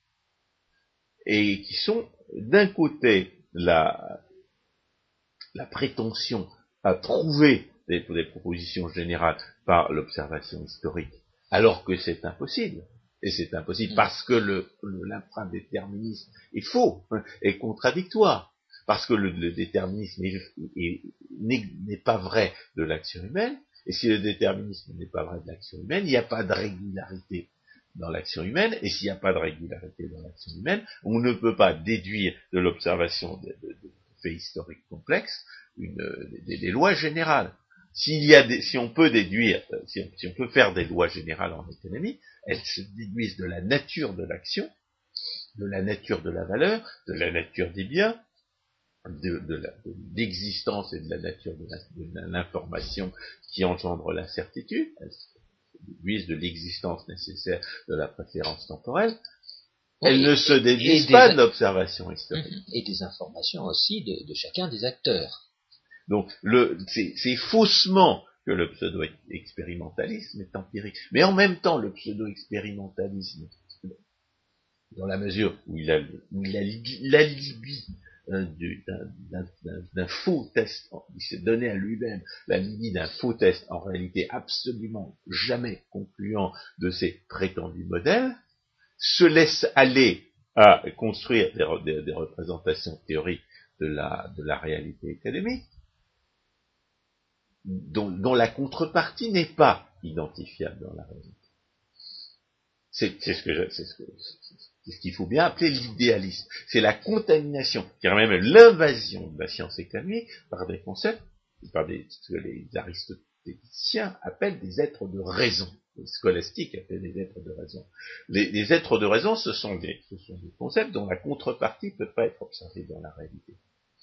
et qui sont d'un côté la, la prétention à trouver des, des propositions générales par l'observation historique, alors que c'est impossible. Et c'est impossible parce que le, le, l'infradéterminisme est faux, est contradictoire, parce que le, le déterminisme est, est, n'est, n'est pas vrai de l'action humaine, et si le déterminisme n'est pas vrai de l'action humaine, il n'y a pas de régularité dans l'action humaine, et s'il n'y a pas de régularité dans l'action humaine, on ne peut pas déduire de l'observation de, de, de faits historiques complexes une, des, des lois générales. S'il y a des, si on peut déduire, si on, si on peut faire des lois générales en économie, elles se déduisent de la nature de l'action, de la nature de la valeur, de la nature des biens, de, de, la, de l'existence et de la nature de, la, de l'information qui engendre la certitude. Elles déduisent de l'existence nécessaire de la préférence temporelle, elles oui, ne se déduisent pas des, de l'observation historique. Et des informations aussi de, de chacun des acteurs. Donc, le, c'est, c'est faussement que le pseudo-expérimentalisme est empirique. Mais en même temps, le pseudo-expérimentalisme, dans la mesure où il a, où il a l'alibi hein, d'un, d'un, d'un faux test, il s'est donné à lui-même l'alibi d'un faux test, en réalité absolument jamais concluant de ses prétendus modèles, se laisse aller à construire des, des, des représentations théoriques de la, de la réalité économique, dont, dont la contrepartie n'est pas identifiable dans la réalité. C'est, c'est, ce, que je, c'est, ce, que, c'est ce qu'il faut bien appeler l'idéalisme. C'est la contamination, qui est même l'invasion de la science économique par des concepts, par des, ce que les aristotéliciens appellent des êtres de raison. Les scolastiques appellent des êtres de raison. Les, les êtres de raison, ce sont, des, ce sont des concepts dont la contrepartie ne peut pas être observée dans la réalité.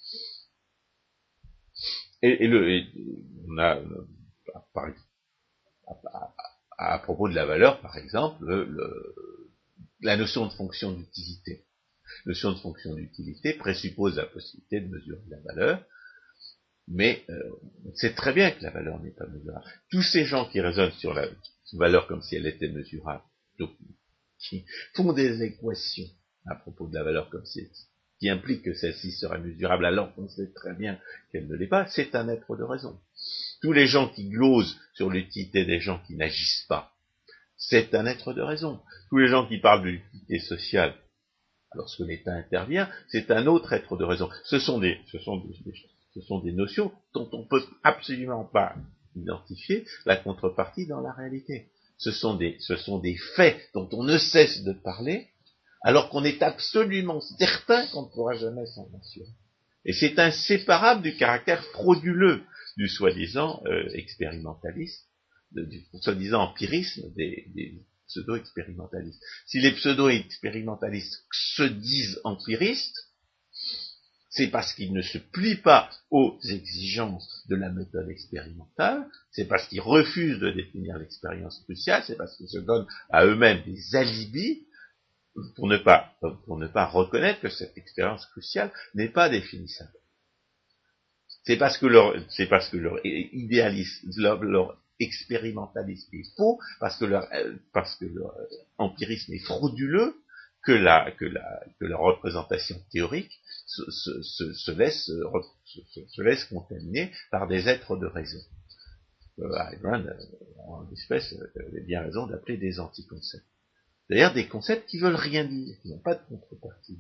Et, et, le, et on a, par exemple, à, à, à propos de la valeur, par exemple, le, le, la notion de fonction d'utilité. La notion de fonction d'utilité présuppose la possibilité de mesurer la valeur, mais euh, on sait très bien que la valeur n'est pas mesurable. Tous ces gens qui raisonnent sur la valeur comme si elle était mesurable, donc, qui font des équations à propos de la valeur comme si qui implique que celle-ci serait mesurable alors qu'on sait très bien qu'elle ne l'est pas, c'est un être de raison. Tous les gens qui glosent sur l'utilité des gens qui n'agissent pas, c'est un être de raison. Tous les gens qui parlent de l'utilité sociale, lorsque l'État intervient, c'est un autre être de raison. Ce sont des, ce sont des, ce sont des notions dont on ne peut absolument pas identifier la contrepartie dans la réalité. Ce sont des, ce sont des faits dont on ne cesse de parler, alors qu'on est absolument certain qu'on ne pourra jamais s'en assurer. Et c'est inséparable du caractère frauduleux du soi-disant euh, expérimentalisme, de, du soi-disant empirisme des, des pseudo-expérimentalistes. Si les pseudo-expérimentalistes se disent empiristes, c'est parce qu'ils ne se plient pas aux exigences de la méthode expérimentale, c'est parce qu'ils refusent de définir l'expérience cruciale, c'est parce qu'ils se donnent à eux-mêmes des alibis pour ne pas, pour ne pas reconnaître que cette expérience cruciale n'est pas définissable. C'est parce que leur, c'est parce que leur idéalisme, leur, leur expérimentalisme est faux, parce que leur, parce que leur empirisme est frauduleux, que la, que la, que la représentation théorique se, se, se, se laisse, se, se laisse contaminer par des êtres de raison. Heilbronn, en espèce, avait bien raison d'appeler des anticoncepts. D'ailleurs, des concepts qui veulent rien dire, qui n'ont pas de contrepartie.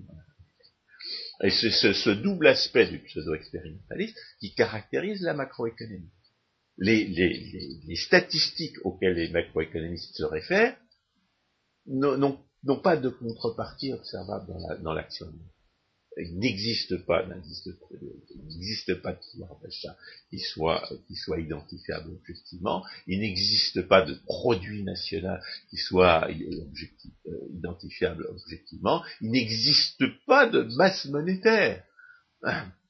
Et c'est ce, ce double aspect du pseudo-expérimentalisme qui caractérise la macroéconomie. Les, les, les, les statistiques auxquelles les macroéconomistes se réfèrent n'ont, n'ont pas de contrepartie observable dans, la, dans l'action humaine. Il n'existe pas, n'existe, il n'existe pas de pouvoir d'achat qui soit, qui soit identifiable objectivement. Il n'existe pas de produit national qui soit objectif, euh, identifiable objectivement. Il n'existe pas de masse monétaire.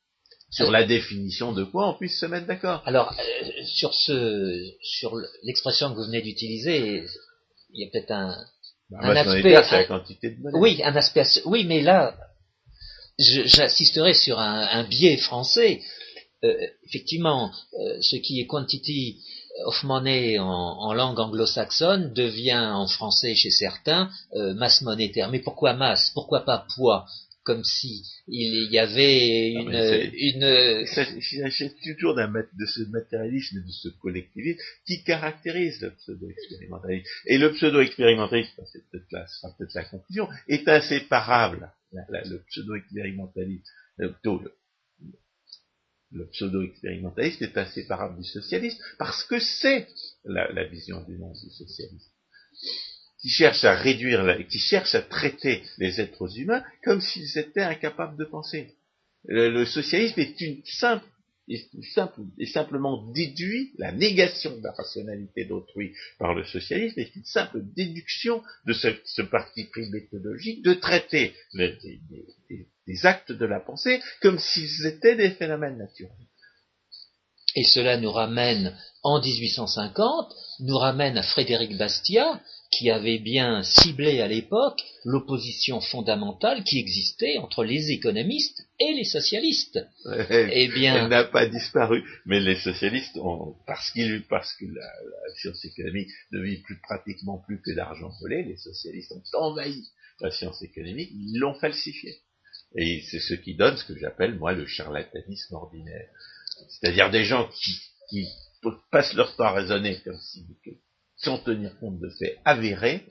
sur la définition de quoi on puisse se mettre d'accord. Alors, euh, sur ce, sur l'expression que vous venez d'utiliser, il y a peut-être un, Bah, un masse aspect, monétaire, c'est un- la quantité de monnaie. oui, un aspect, ass- oui, mais là, je- j'insisterai sur un, un biais français. Euh, effectivement, euh, ce qui est quantity of money en, en langue anglo-saxonne devient en français chez certains euh, masse monétaire. Mais pourquoi masse? Pourquoi pas poids? Comme si il y avait Non, une, mais c'est- une, Ça, Il s'agit toujours d'un mat- de ce matérialisme et de ce collectivisme qui caractérise le pseudo-expérimentalisme. Et le pseudo-expérimentalisme, c'est peut-être la, sera peut-être la conclusion, est inséparable. La- la- le pseudo-expérimentalisme, euh, plutôt le, le pseudo-expérimentalisme est inséparable du socialisme parce que c'est la, la vision du monde du socialisme, qui cherche à réduire, la, qui cherche à traiter les êtres humains comme s'ils étaient incapables de penser. Le, le socialisme est une simple, est, une simple, est simplement déduit, la négation de la rationalité d'autrui par le socialisme est une simple déduction de ce, ce parti pris méthodologique de traiter les, les, les, les actes de la pensée comme s'ils étaient des phénomènes naturels. et cela nous ramène en dix-huit cent cinquante, nous ramène à Frédéric Bastiat, qui avait bien ciblé à l'époque l'opposition fondamentale qui existait entre les économistes et les socialistes. Eh bien, Elle n'a pas disparu, mais les socialistes ont, parce qu'ils, parce que la, la science économique ne vit plus pratiquement plus que d'argent volé, les socialistes ont envahi la science économique, ils l'ont falsifiée. Et c'est ce qui donne ce que j'appelle, moi, le charlatanisme ordinaire. C'est-à-dire des gens qui, qui passent leur temps à raisonner comme si, sans tenir compte de faits avérés,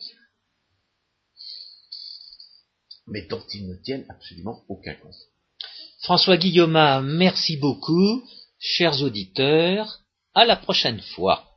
mais dont ils ne tiennent absolument aucun compte. François Guillaume, merci beaucoup, chers auditeurs, à la prochaine fois.